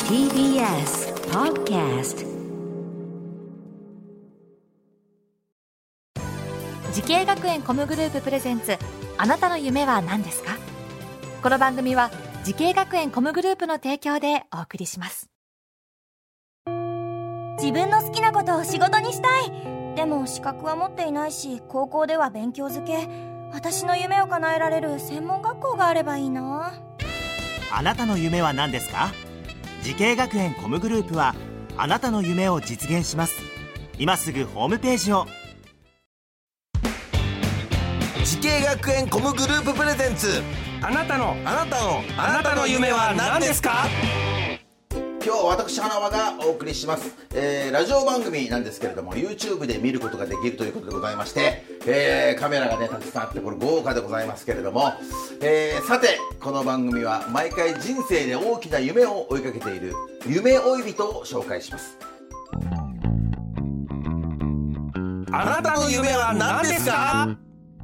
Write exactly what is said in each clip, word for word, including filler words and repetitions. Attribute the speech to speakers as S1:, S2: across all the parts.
S1: ティービーエス Podcast。
S2: 時系学園コムグループプレゼンツ、あなたの夢は何ですか？この番組は時系学園コムグループの提供でお送りします。
S3: 自分の好きなことを仕事にしたい。でも資格は持っていないし、高校では勉強づけ。私の夢を叶えられる専門学校があればいいな。
S4: あなたの夢は何ですか？時系学園コムグループはあなたの夢を実現します。今すぐホームページを。
S5: 時系学園コムグループプレゼンツ、
S6: あなたの
S5: あなたの
S6: あなたの夢は何ですか？
S5: 今日私花輪がお送りします、えー、ラジオ番組なんですけれども YouTube で見ることができるということでございまして、えー、カメラがねたくさんあってこれ豪華でございますけれども、えー、さてこの番組は毎回人生で大きな夢を追いかけている夢追い人を紹介します。
S6: あなたの夢は何ですか？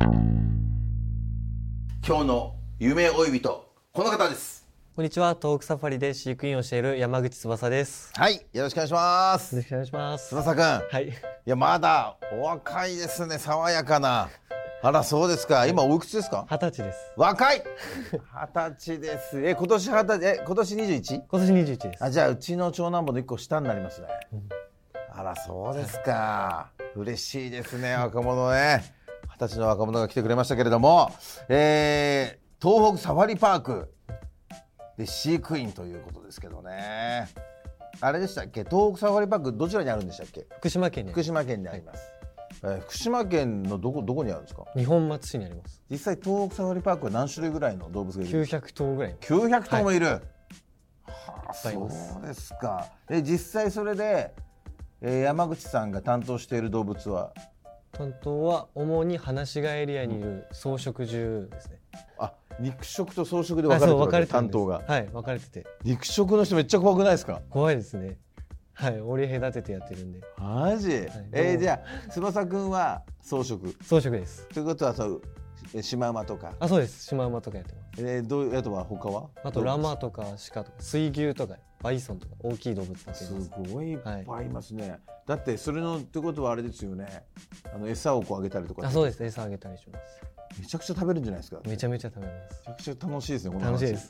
S5: 今日の夢追い人、この方です。
S7: こんにちは、東北サファリで飼育員をしている山口翼です。
S5: はい、よろしくお願いします。
S7: よろしくお願いします。
S5: 翼くん、はい、いやまだお若いですね、爽やかな。あらそうですか。今おいくつですか？
S7: 二十歳です。
S5: 若い。二十歳です。え今年二十歳、え今年二十一？
S7: 今年二十一です。
S5: あ、じゃあうちの長男坊の一個下になりますね。うん、あらそうですか。嬉しいですね、若者ね。二十歳の若者が来てくれましたけれども、えー、東北サファリパークで飼育員ということですけどね。あれでしたっけ？東北サファリパークどちらにあるんでしたっけ？
S7: 福島県に。
S5: 福島県にあります。はい、えー、福島県のどこどこにあるんですか？
S7: 二本松市にあります。
S5: 実際東北サファリパークは何種類ぐらいの動物がいるんですか？きゅうひゃく
S7: とうぐらい。
S5: きゅうひゃくとうもいる。はい、はあ、
S7: そう
S5: ですか。え実際それで、えー、山口さんが担当している動物は？
S7: 担当は主に放し飼いエリアにいる草食獣ですね。
S5: あ、肉食と草食で分かれてるわけ？担当が。
S7: はい、分かれてて。
S5: 肉食の人めっちゃ怖くないですか？
S7: 怖いですね。はい、折り隔ててやってるんで。
S5: マジ？はい、えー、じゃあ翼くんは草食？
S7: 草食です。
S5: ということはそうシマウマとか？
S7: あ、そうです。シマウマとかやってます。
S5: えー、どうあとは他は？
S7: あとラマとか鹿とか水牛とかバイソンとか大きい動物たち
S5: すごいいっぱいいますね。はい、だってそれのってことはあれですよね。あの餌をこうあげたりとか。
S7: あ、そうです。餌あげたりします。
S5: めちゃくちゃ食べるんじゃないですか？
S7: めちゃめちゃ食べます。
S5: めちゃくちゃ楽しいですね。この
S7: 楽しいです。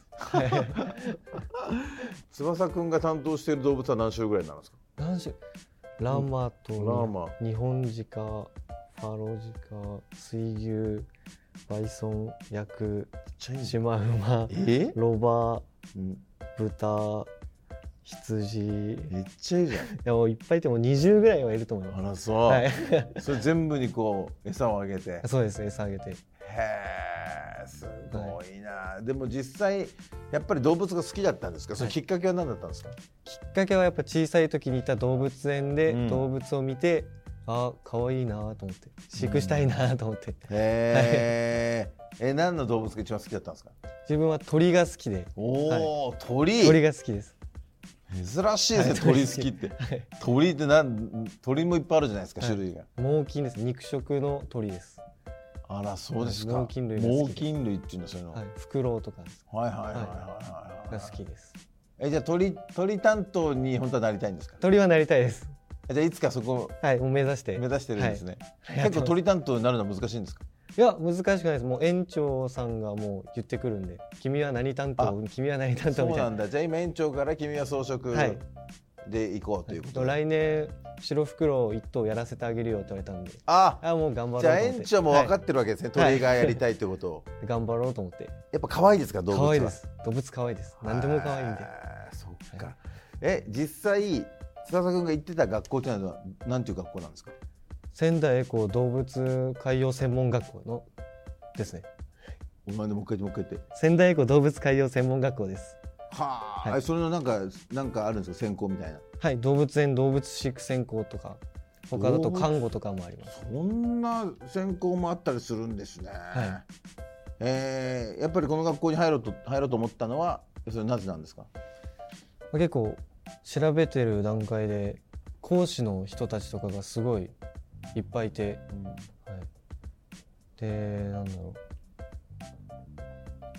S5: 翼くんが担当している動物は何種類ぐらいなんですか？
S7: 何種？ラマと
S5: ラマ、
S7: 日本鹿、ファロジカ、水牛、バイソン、ヤク、シマウマ、ロバ、うん、豚、羊。
S5: めっちゃいいじゃん。い
S7: やもういっぱいいてもにじゅうぐらいはいると思います。
S5: あらそう。はい、それ全部にこう餌をあげて。
S7: そうです、餌あげて。
S5: へえ、すごいな。はい、でも実際やっぱり動物が好きだったんですか？そのきっかけは何だったんですか？はい、
S7: きっかけはやっぱ小さい時にいた動物園で動物を見て、うん、あ、可愛いなと思って飼育したいなと思って。うん、へ
S5: え。え、何の動物が一番好きだったんですか？
S7: 自分は鳥が好きで。
S5: おお、はい、鳥。
S7: 鳥が好きです。
S5: 珍しいですね、はい、鳥好きって。はい、鳥ってなん鳥もいっぱいあるじゃないですか、はい、種類が。
S7: 猛禽です。肉食の鳥です。
S5: あらそうですか。
S7: 猛禽類が好きです。
S5: 猛禽類っていうのはそういうの。
S7: はい、フクロウとかです。
S5: はいはいはいはいはい。
S7: が好きです。
S5: え、じゃあ鳥鳥担当に本当はなりたいんですか？
S7: 鳥はなりたいです。
S5: じゃあいつかそこ、
S7: はい、もう目指して
S5: 目指してるんですね。はい、結構鳥担当になるのは難しいんですか？
S7: いや難しくないです。もう園長さんがもう言ってくるんで、君は何担当、君は何担当みたいな。
S5: そうなんだ。じゃあ今園長から君は草食で行こうということで、
S7: はい、来年白フクロウ一頭やらせてあげるよって言われたんで、
S5: あ
S7: あもう頑張ろうと思って。
S5: じゃあ園長も分かってるわけですね、はい、鳥がやりたいということを。
S7: 頑張ろうと思って。
S5: やっぱ可愛いですか？動物は。
S7: 可愛いです。動物可愛いです。何でも可愛いんで。
S5: そっか。はい、え実際翼くんが行ってた学校っていうのは何ていう学校なんですか？
S7: 仙台エコ動物海洋専門学校のですね。
S5: お前でもう一回もう一回言って。
S7: 仙台エコ動物海洋専門学校です。
S5: はあ、はい、それのなんかなんかあるんですか？専攻みたいな。
S7: はい、動物園動物飼育専攻とか、他だと看護とかもあります。
S5: そんな専攻もあったりするんですね。はい、えー、やっぱりこの学校に入ろうと入ろうと思ったのはそれなぜなんですか？
S7: 結構調べてる段階で講師の人たちとかがすごいいっぱいいて、うん、はい、でなんだろう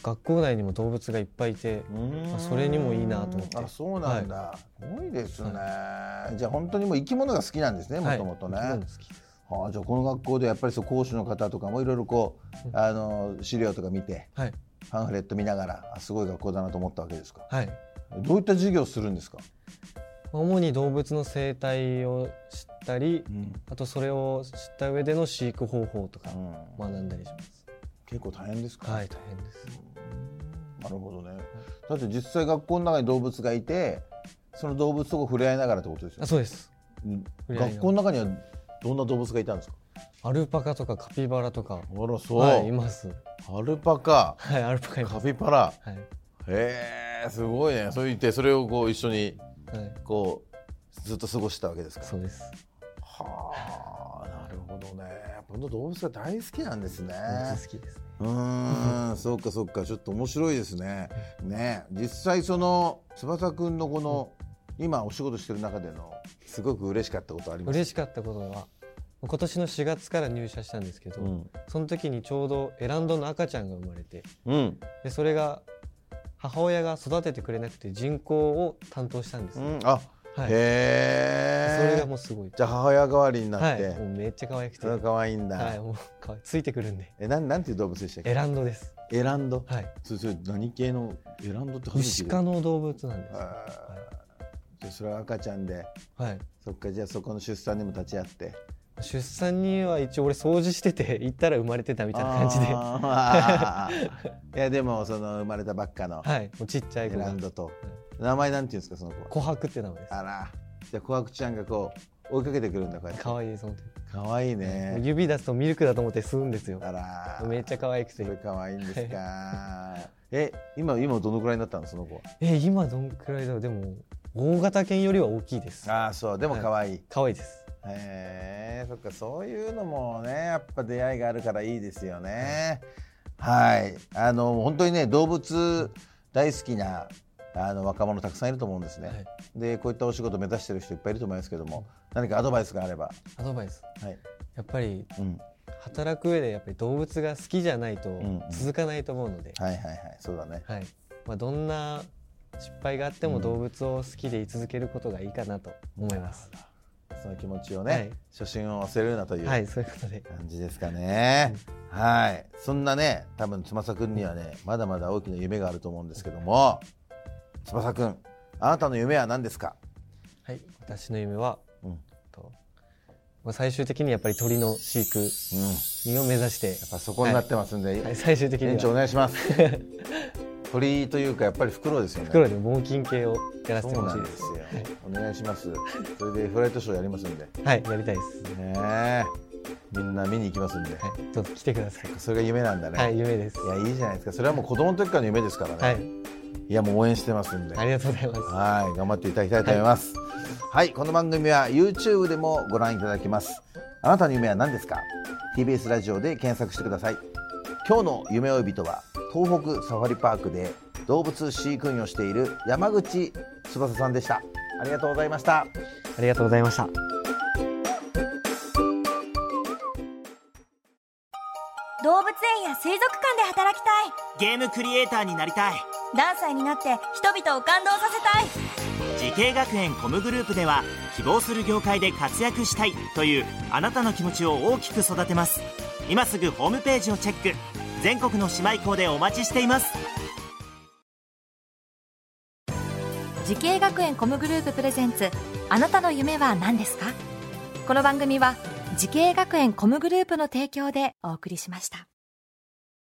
S7: 学校内にも動物がいっぱいいて、まあ、それにもいいなと思って。
S5: あ、そうなんだ、はい、すごいですね、
S7: はい、
S5: じゃあ本当にもう生き物が好きなんですね、もともとね。
S7: 生き物好きです。
S5: はあ、じゃあこの学校でやっぱりそう講師の方とかもいろいろこう、うん、あの資料とか見て、はい、パンフレット見ながらあすごい学校だなと思ったわけですか。はい。どういった授業をするんですか。
S7: 主に動物の生態を知ったり、うん、あとそれを知った上での飼育方法とか学んだりします、うん、
S5: 結構大変ですか。
S7: はい、大変です、
S5: うん、なるほどね。だって実際学校の中に動物がいてその動物と触れ合いながらってことですよね。
S7: あ、そうです、
S5: うん、学校の中にはどんな動物がいたんですか。
S7: アルパカとかカピバラとか。
S5: あら、そう、
S7: はい、います。
S5: アルパカ、
S7: はい、アルパカいます。
S5: カピバラ、はい、
S6: へえ、すごいね。そう言ってそれをこう一緒にこうずっと過ごしたわけですか。
S7: そうです。
S5: はあ、なるほどね。この動物が大好きなんですね。
S7: 大好きですね。
S5: うーん、そうかそうか、ちょっと面白いですね。ね、実際その翼くんのこの、うん、今お仕事してる中でのすごく嬉しかったことありますか。
S7: 嬉しかったことは今年のしがつから入社したんですけど、うん、その時にちょうどエランドの赤ちゃんが生まれて、うん、でそれが母親が育ててくれなくて人工を担当したんです、ね、
S5: うん、あ、はい、へ
S7: ー、それがもうすごい。
S5: じゃあ母親代わりになって、
S7: はい、もうめっちゃ可愛くて。
S5: 可愛いんだ。
S7: はい、もう可愛い、ついてくるんで。
S5: え、なん、なんていう動物でしたっけ。
S7: エランドです。
S5: エランド。
S7: はい。
S5: それ、それ何系のエランドって初めて聞いた。
S7: 牛科の動物なんです。はい、
S5: じゃあそれは赤ちゃんで。はい。そっか、じゃあそこの出産にも立ち会って。
S7: 出産には一応俺掃除してて行ったら生まれてたみたいな感じで。
S5: いやでもその生まれたばっかの、
S7: はい、もうちっちゃい子が
S5: エランドと、はい、名前なんていうんですかその子は。
S7: 琥珀って名前です。
S5: あら、じゃあ琥珀ちゃんがこう追いかけてくるんだ。こうやって
S7: 可愛いです。本
S5: 当に可愛いね。
S7: 指出すとミルクだと思って吸うんですよ。
S5: あら、
S7: めっちゃ可愛くて。
S5: それ可愛いんですか。え、今今どのくらいになったのその子は。
S7: え、今どのくらいだろう。でも大型犬よりは大きいです。
S5: ああ、そう。でも可愛い、はい、
S7: 可愛いです。
S5: へえ、そっか、そういうのもねやっぱ出会いがあるからいいですよね。はい、あの本当にね動物大好きなあの若者たくさんいると思うんですね、はい、でこういったお仕事を目指している人いっぱいいると思いますけども、うん、何かアドバイスがあれば。
S7: アドバイス、はい、やっぱり、うん、働く上でやっぱり動物が好きじゃないと続かないと思うので、
S5: うんうん、はいはいはい、そうだね、はい、
S7: まあ、どんな失敗があっても動物を好きで居続けることがいいかなと思います、
S5: うん、その気持ちをね、はい、初心を忘れるなという、
S7: はい、そういうことで
S5: 感じですかね、うん、はい。そんなね多分翼くんにはねまだまだ大きな夢があると思うんですけども、翼くん、あなたの夢は何ですか。
S7: はい、私の夢は、うん、とまあ、最終的にやっぱり鳥の飼育を目指して、うん、や
S5: っぱそこになってますんで、
S7: はいはい、最終的には
S5: 園長お願いします鳥というかやっぱりフクロウですよね。
S7: フクロウで猛禽系をやらせてほしいです。
S5: そうなんですよ、はい、お願いします。それでフライトショーやりますんで。
S7: はい、やりたいです
S5: ね。みんな見に行きますんで、
S7: はい、ちょっと来てください。
S5: それが夢なんだね。
S7: はい、夢です。
S5: いや、いいじゃないですか。それはもう子供の時からの夢ですからね、はい、いやもう応援してますんで、
S7: ありがとうございます。
S5: はい、頑張っていただきたいと思います。はい、はい、この番組は YouTube でもご覧いただけます。あなたの夢は何ですか。 ティービーエス ラジオで検索してください。今日の夢追い人は東北サファリパークで動物飼育員をしている山口翼さんでした。ありがとうございました。
S7: ありがとうございました。
S3: 動物園や水族館で働きたい。
S4: ゲームクリエイターになりたい。
S3: 何歳になって人々を感動させたい。
S4: 時系学園コムグループでは希望する業界で活躍したいというあなたの気持ちを大きく育てます。今すぐホームページをチェック。全国の姉妹校でお待ちしています。
S2: 時系学園コムグループプレゼンツ、あなたの夢は何ですか。この番組は時系学園コムグループの提供でお送りしました。